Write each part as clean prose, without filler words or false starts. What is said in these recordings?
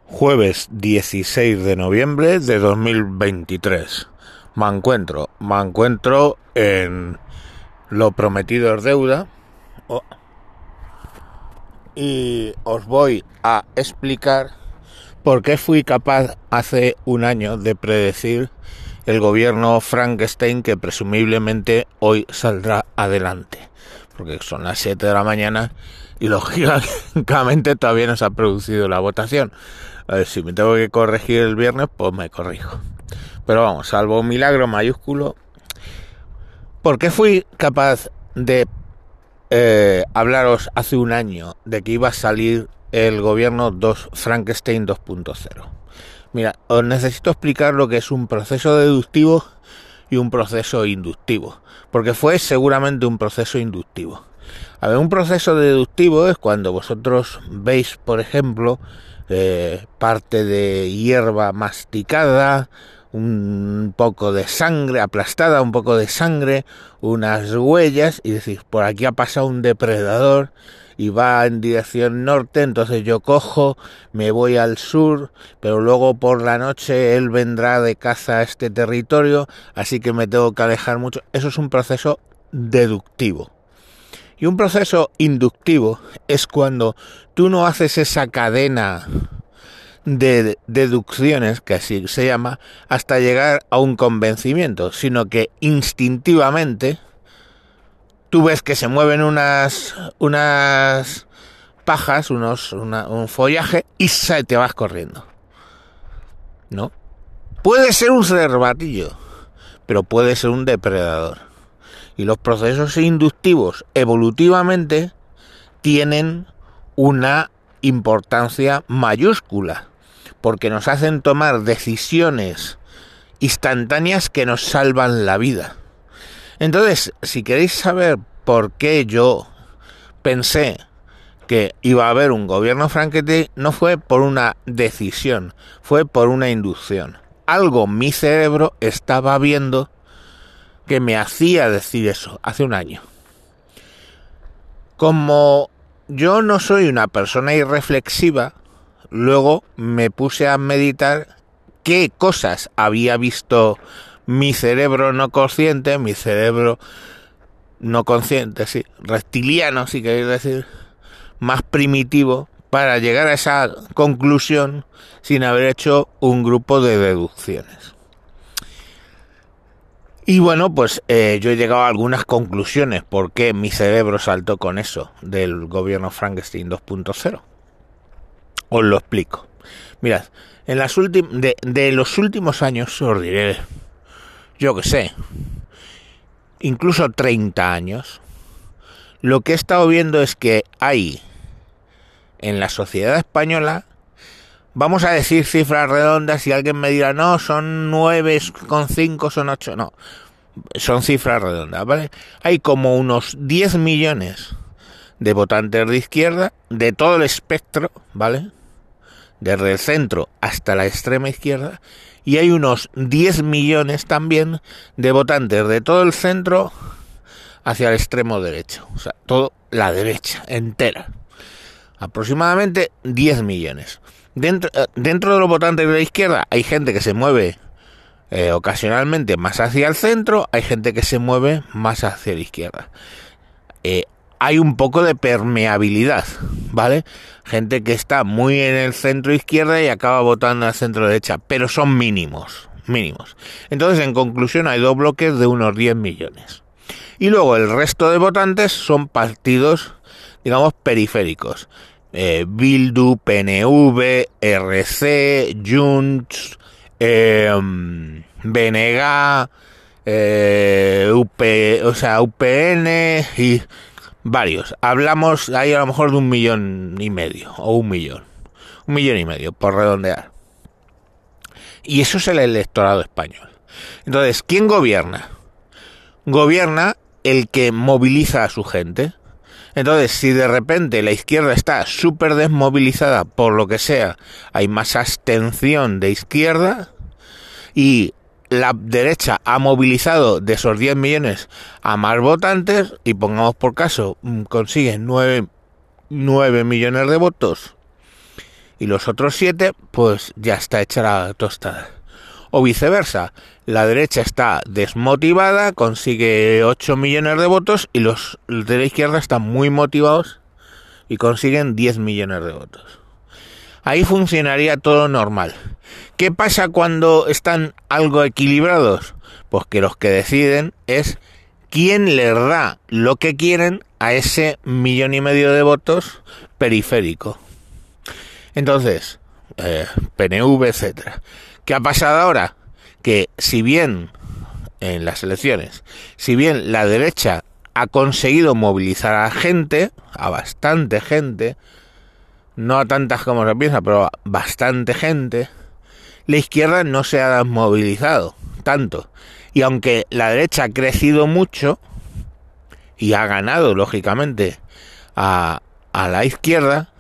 Jueves 16 de noviembre de 2023. Me encuentro en Lo prometido es deuda. Y os voy a explicar por qué fui capaz hace un año de predecir el gobierno Frankenstein que presumiblemente hoy saldrá adelante. Porque son las 7 de la mañana y lógicamente todavía no se ha producido la votación. A ver, si me tengo que corregir el viernes, pues me corrijo. Pero vamos, salvo un milagro mayúsculo, ¿por qué fui capaz de hablaros hace un año de que iba a salir el gobierno Frankenstein 2.0? Mira, os necesito explicar lo que es un proceso deductivo y un proceso inductivo, porque fue seguramente un proceso inductivo. A ver, un proceso deductivo es cuando vosotros veis, por ejemplo, parte de hierba masticada, un poco de sangre aplastada, un poco de sangre, unas huellas, y decís, por aquí ha pasado un depredador y va en dirección norte, entonces yo cojo, me voy al sur, pero luego por la noche él vendrá de caza a este territorio, así que me tengo que alejar mucho. Eso es un proceso deductivo. Y un proceso inductivo es cuando tú no haces esa cadena de deducciones, que así se llama, hasta llegar a un convencimiento, sino que instintivamente tú ves que se mueven unas pajas, un follaje, y te vas corriendo, ¿no? Puede ser un cervatillo, pero puede ser un depredador. Y los procesos inductivos evolutivamente tienen una importancia mayúscula, porque nos hacen tomar decisiones instantáneas que nos salvan la vida. Entonces, si queréis saber por qué yo pensé que iba a haber un gobierno Frankenstein, no fue por una decisión, fue por una inducción. Algo mi cerebro estaba viendo que me hacía decir eso hace un año. Como yo no soy una persona irreflexiva, luego me puse a meditar qué cosas había visto mi cerebro no consciente, sí, reptiliano, si queréis decir, más primitivo, para llegar a esa conclusión sin haber hecho un grupo de deducciones. Y bueno, pues yo he llegado a algunas conclusiones por qué mi cerebro saltó con eso del gobierno Frankenstein 2.0. Os lo explico. Mirad, en de los últimos años, os diré, yo que sé, incluso 30 años, lo que he estado viendo es que hay en la sociedad española, vamos a decir cifras redondas, y alguien me dirá, no, son 9,5, son 8, no, son cifras redondas, ¿vale? Hay como unos 10 millones de votantes de izquierda, de todo el espectro, ¿vale? Desde el centro hasta la extrema izquierda, y hay unos 10 millones también de votantes de todo el centro hacia el extremo derecho, o sea, toda la derecha entera. Aproximadamente 10 millones. Dentro de los votantes de la izquierda hay gente que se mueve ocasionalmente más hacia el centro, hay gente que se mueve más hacia la izquierda. Hay un poco de permeabilidad, ¿vale? Gente que está muy en el centro izquierda y acaba votando al centro derecha, pero son mínimos. Entonces, en conclusión, hay dos bloques de unos 10 millones. Y luego el resto de votantes son partidos, digamos, periféricos. Bildu, PNV, RC, Junts, BNG, UPN y varios. Hablamos ahí a lo mejor de 1,5 millones o 1 millón. 1,5 millones, por redondear. Y eso es el electorado español. Entonces, ¿quién gobierna? Gobierna el que moviliza a su gente. Entonces, si de repente la izquierda está súper desmovilizada por lo que sea, hay más abstención de izquierda, y la derecha ha movilizado de esos 10 millones a más votantes, y pongamos por caso, consiguen 9 millones de votos, y los otros 7, pues ya está hecha la tostada. O viceversa, la derecha está desmotivada, consigue 8 millones de votos y los de la izquierda están muy motivados y consiguen 10 millones de votos. Ahí funcionaría todo normal. ¿Qué pasa cuando están algo equilibrados? Pues que los que deciden es quién les da lo que quieren a ese 1,5 millones de votos periférico. Entonces, PNV, etcétera. ¿Qué ha pasado ahora? Que si bien en las elecciones, si bien la derecha ha conseguido movilizar a gente, a bastante gente, no a tantas como se piensa, pero a bastante gente, la izquierda no se ha movilizado tanto. Y aunque la derecha ha crecido mucho y ha ganado, lógicamente, a la izquierda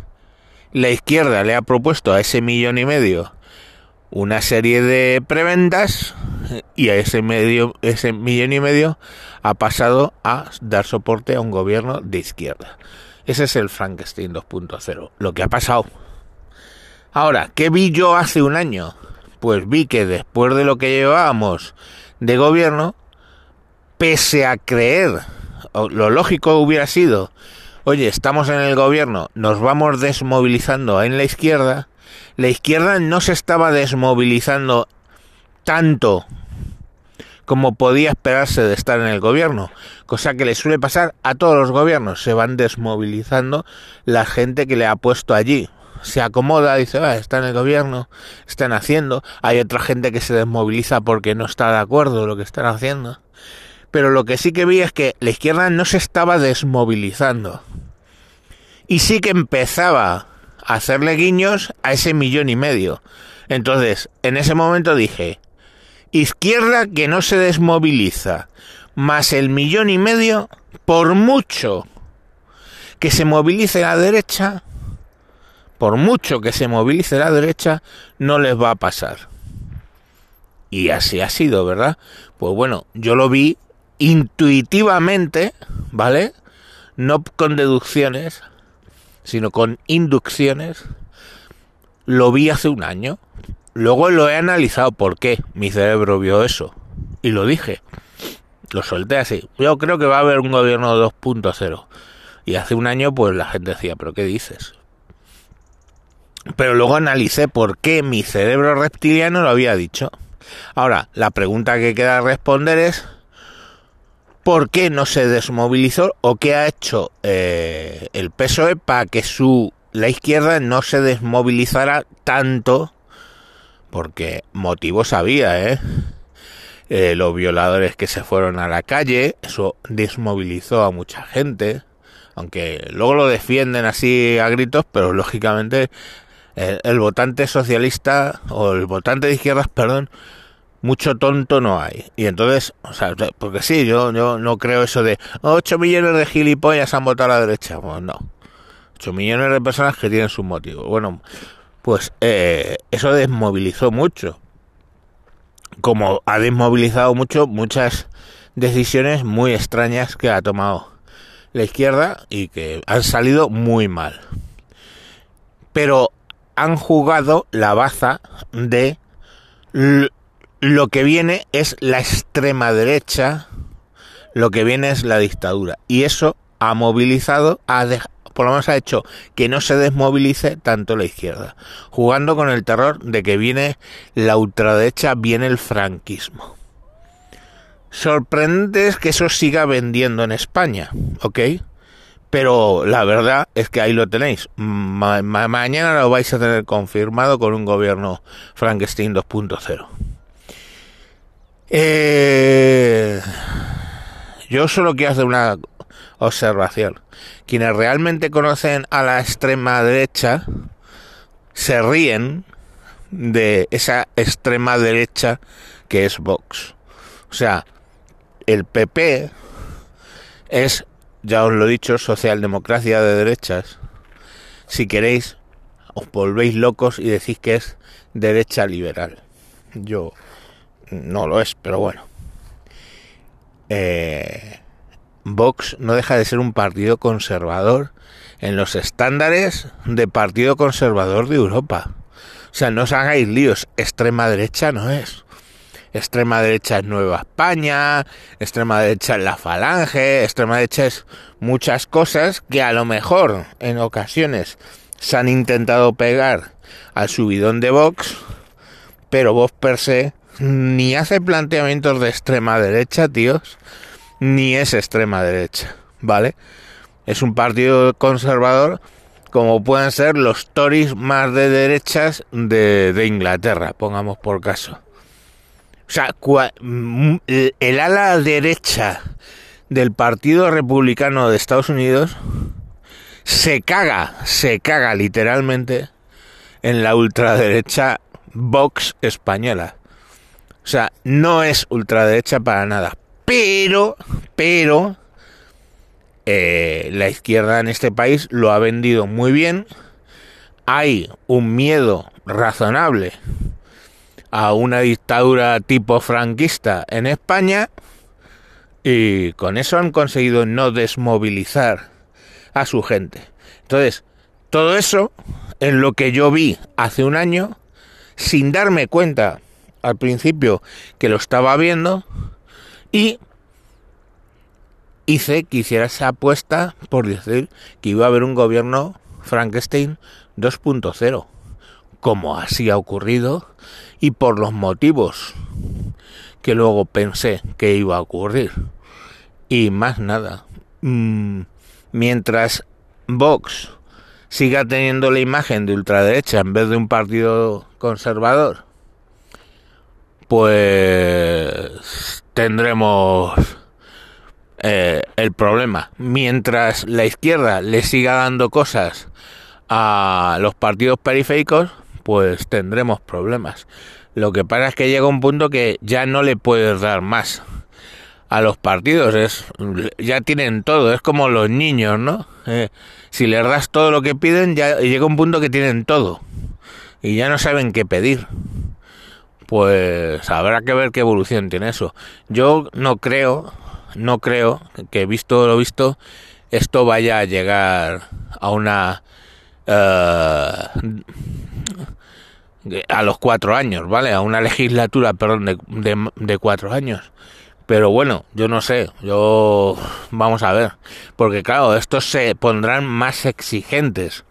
le ha propuesto a ese 1,5 millones una serie de prebendas y a ese 1,5 millones ha pasado a dar soporte a un gobierno de izquierda. Ese es el Frankenstein 2.0, lo que ha pasado. Ahora, ¿qué vi yo hace un año? Pues vi que después de lo que llevábamos de gobierno, pese a creer, lo lógico hubiera sido, oye, estamos en el gobierno, nos vamos desmovilizando en la izquierda no se estaba desmovilizando tanto como podía esperarse de estar en el gobierno, cosa que le suele pasar a todos los gobiernos, se van desmovilizando la gente que le ha puesto allí. Se acomoda, dice, está en el gobierno, están haciendo, hay otra gente que se desmoviliza porque no está de acuerdo con lo que están haciendo. Pero lo que sí que vi es que la izquierda no se estaba desmovilizando. Y sí que empezaba a hacerle guiños a ese 1,5 millones. Entonces, en ese momento dije, izquierda que no se desmoviliza, más el 1,5 millones, por mucho que se movilice la derecha, no les va a pasar. Y así ha sido, ¿verdad? Pues bueno, yo lo vi intuitivamente, ¿vale? No con deducciones, sino con inducciones. Lo vi hace un año. Luego lo he analizado por qué mi cerebro vio eso. Y lo dije. Lo solté así. Yo creo que va a haber un gobierno 2.0. Y hace un año pues la gente decía, ¿pero qué dices? Pero luego analicé por qué mi cerebro reptiliano lo había dicho. Ahora, la pregunta que queda responder es ¿por qué no se desmovilizó o qué ha hecho el PSOE para que la izquierda no se desmovilizara tanto? Porque motivos había, los violadores que se fueron a la calle, eso desmovilizó a mucha gente, aunque luego lo defienden así a gritos, pero lógicamente el votante socialista, o el votante de izquierdas, perdón, mucho tonto no hay. Y entonces, o sea, porque sí, yo no creo eso de 8 millones de gilipollas han votado a la derecha. Pues no. 8 millones de personas que tienen sus motivos. Bueno, pues eso desmovilizó mucho. Como ha desmovilizado mucho muchas decisiones muy extrañas que ha tomado la izquierda y que han salido muy mal. Pero han jugado la baza de lo que viene es la extrema derecha, lo que viene es la dictadura. Y eso ha movilizado, por lo menos ha hecho que no se desmovilice tanto la izquierda, jugando con el terror de que viene la ultraderecha, viene el franquismo. Sorprendente es que eso siga vendiendo en España, ¿ok? Pero la verdad es que ahí lo tenéis. Mañana lo vais a tener confirmado con un gobierno Frankenstein 2.0. Yo solo quiero hacer una observación. Quienes realmente conocen a la extrema derecha se ríen de esa extrema derecha que es Vox. O sea, el PP es, ya os lo he dicho, socialdemocracia de derechas. Si queréis, os volvéis locos y decís que es derecha liberal. Yo no lo es, pero bueno. Vox no deja de ser un partido conservador en los estándares de partido conservador de Europa. O sea, no os hagáis líos, extrema derecha no es. Extrema derecha es Nueva España, extrema derecha es la Falange, extrema derecha es muchas cosas que a lo mejor en ocasiones se han intentado pegar al subidón de Vox, pero Vox per se ni hace planteamientos de extrema derecha, tíos, ni es extrema derecha, ¿vale? Es un partido conservador como pueden ser los Tories más de derechas de Inglaterra, pongamos por caso. O sea, el ala derecha del Partido Republicano de Estados Unidos se caga literalmente en la ultraderecha Vox española. O sea, no es ultraderecha para nada. Pero la izquierda en este país lo ha vendido muy bien. Hay un miedo razonable a una dictadura tipo franquista en España y con eso han conseguido no desmovilizar a su gente. Entonces, todo eso es lo que yo vi hace un año sin darme cuenta al principio que lo estaba viendo y hice que hiciera esa apuesta por decir que iba a haber un gobierno Frankenstein 2.0, como así ha ocurrido y por los motivos que luego pensé que iba a ocurrir. Y más nada. Mientras Vox siga teniendo la imagen de ultraderecha en vez de un partido conservador, pues tendremos el problema. Mientras la izquierda le siga dando cosas a los partidos periféricos, pues tendremos problemas. Lo que pasa es que llega un punto que ya no le puedes dar más a los partidos, ya tienen todo, es como los niños, ¿no? Si les das todo lo que piden, ya llega un punto que tienen todo y ya no saben qué pedir. Pues habrá que ver qué evolución tiene eso. Yo no creo que, visto lo visto, esto vaya a llegar a una a los 4 años, ¿vale? A una legislatura, perdón, de 4 años. Pero bueno, yo no sé, vamos a ver, porque claro, estos se pondrán más exigentes.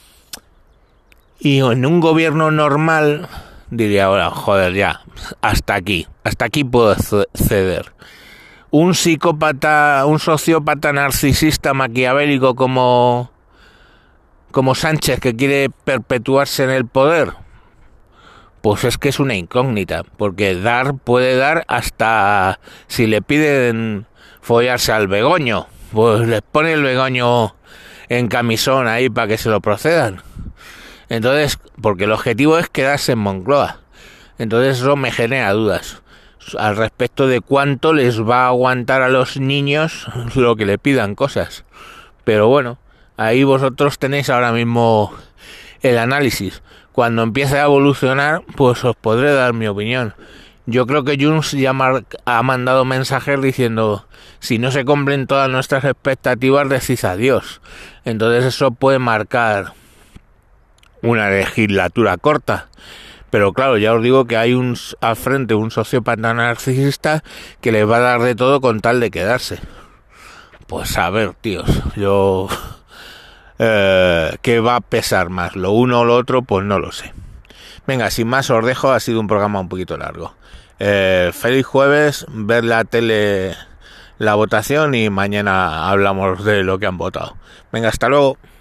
Y en un gobierno normal diría, ahora, joder, ya, hasta aquí puedo ceder. Un psicópata, un sociópata narcisista maquiavélico como Sánchez, que quiere perpetuarse en el poder, pues es que es una incógnita, porque puede dar hasta si le piden follarse al Begoño, pues les pone el Begoño en camisón ahí para que se lo procedan. Entonces, porque el objetivo es quedarse en Moncloa. Entonces eso me genera dudas al respecto de cuánto les va a aguantar a los niños lo que le pidan cosas. Pero bueno, ahí vosotros tenéis ahora mismo el análisis. Cuando empiece a evolucionar, pues os podré dar mi opinión. Yo creo que Junts ya ha mandado mensajes diciendo, si no se cumplen todas nuestras expectativas, decís adiós. Entonces eso puede marcar una legislatura corta. Pero claro, ya os digo que hay al frente un sociópata narcisista que les va a dar de todo con tal de quedarse. Pues a ver, tíos, ¿qué va a pesar más? ¿Lo uno o lo otro? Pues no lo sé. Venga, sin más os dejo, ha sido un programa un poquito largo. Feliz jueves, ver la tele, la votación y mañana hablamos de lo que han votado. Venga, hasta luego.